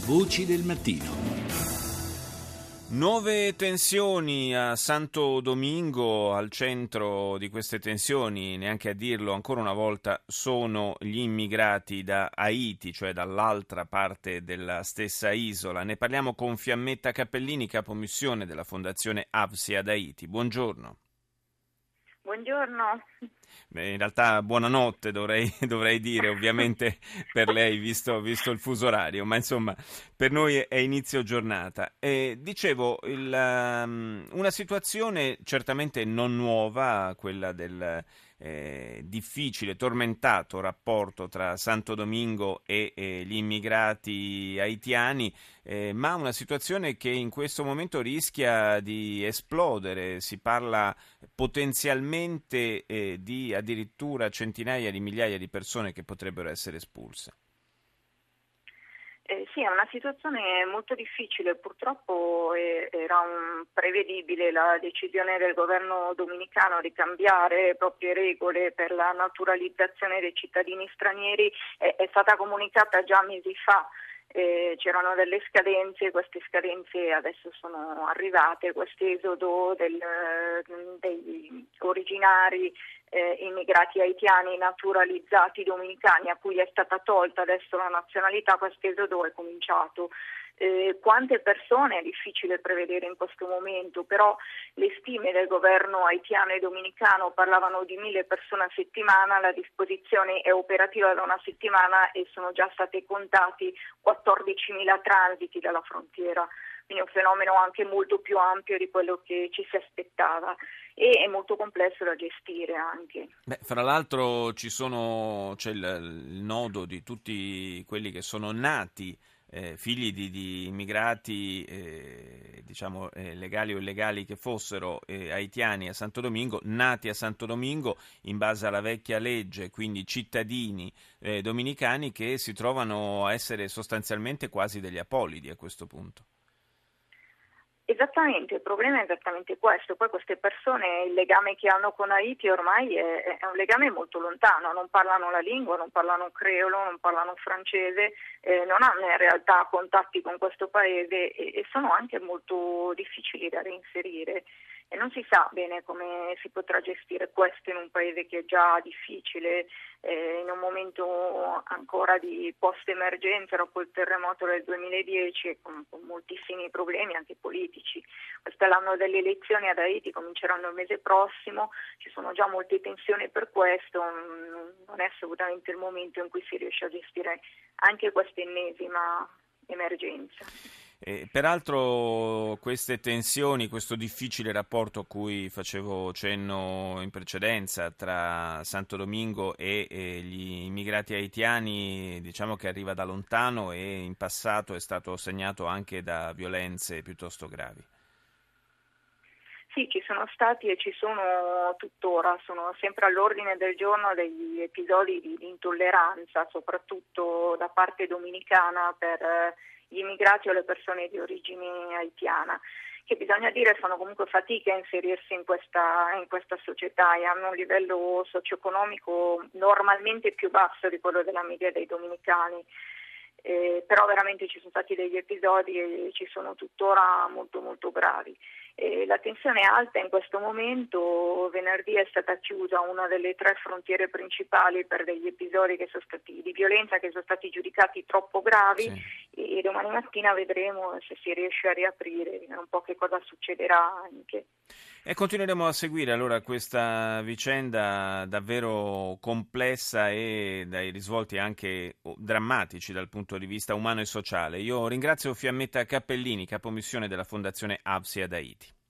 Voci del mattino. Nuove tensioni a Santo Domingo. Al centro di queste tensioni, neanche a dirlo ancora una volta, sono gli immigrati da Haiti, cioè dall'altra parte della stessa isola. Ne parliamo con Fiammetta Cappellini, capomissione della Fondazione AVSI ad Haiti. Buongiorno. Buongiorno. In realtà buonanotte dovrei dire, ovviamente per lei visto il fuso orario, ma insomma per noi è inizio giornata. Dicevo, una situazione certamente non nuova, quella del difficile, tormentato rapporto tra Santo Domingo e gli immigrati haitiani, ma una situazione che in questo momento rischia di esplodere. Si parla potenzialmente di addirittura centinaia di migliaia di persone che potrebbero essere espulse. Sì, è una situazione molto difficile, purtroppo era prevedibile la decisione del governo dominicano di cambiare le proprie regole per la naturalizzazione dei cittadini stranieri, è stata comunicata già mesi fa. C'erano delle scadenze, queste scadenze adesso sono arrivate, questo esodo degli originari immigrati haitiani naturalizzati dominicani a cui è stata tolta adesso la nazionalità, questo esodo è cominciato. Quante persone è difficile prevedere in questo momento, però le stime del governo haitiano e dominicano parlavano di 1.000 persone a settimana, la disposizione è operativa da una settimana e sono già stati contati 14.000 transiti dalla frontiera, quindi è un fenomeno anche molto più ampio di quello che ci si aspettava e è molto complesso da gestire anche. Fra l'altro c'è il nodo di tutti quelli che sono nati figli di immigrati, legali o illegali che fossero, haitiani a Santo Domingo, nati a Santo Domingo in base alla vecchia legge, quindi cittadini dominicani che si trovano a essere sostanzialmente quasi degli apolidi a questo punto. Esattamente, il problema è esattamente questo. Poi queste persone, il legame che hanno con Haiti ormai è un legame molto lontano, non parlano la lingua, non parlano creolo, non parlano francese, non hanno in realtà contatti con questo paese e sono anche molto difficili da reinserire. E non si sa bene come si potrà gestire questo in un paese che è già difficile, in un momento ancora di post-emergenza dopo il terremoto del 2010 con moltissimi problemi anche politici. Questo è l'anno delle elezioni ad Haiti, cominceranno il mese prossimo, ci sono già molte tensioni per questo, non è assolutamente il momento in cui si riesce a gestire anche questa ennesima emergenza. Peraltro queste tensioni, questo difficile rapporto a cui facevo cenno in precedenza tra Santo Domingo e gli immigrati haitiani, diciamo che arriva da lontano e in passato è stato segnato anche da violenze piuttosto gravi. Sì, ci sono stati e ci sono tuttora, sono sempre all'ordine del giorno degli episodi di intolleranza, soprattutto da parte dominicana per gli immigrati o le persone di origine haitiana, che bisogna dire fanno comunque fatica a inserirsi in questa società e hanno un livello socio-economico normalmente più basso di quello della media dei dominicani. Però veramente ci sono stati degli episodi e ci sono tuttora molto molto gravi. La tensione è alta in questo momento. Venerdì è stata chiusa una delle 3 frontiere principali per degli episodi che sono stati di violenza che sono stati giudicati troppo gravi, sì. E domani mattina vedremo se si riesce a riaprire, vediamo un po' che cosa succederà anche. E continueremo a seguire allora questa vicenda davvero complessa e dai risvolti anche drammatici dal punto di vista umano e sociale. Io ringrazio Fiammetta Cappellini, capomissione della Fondazione AVSI ad Haiti.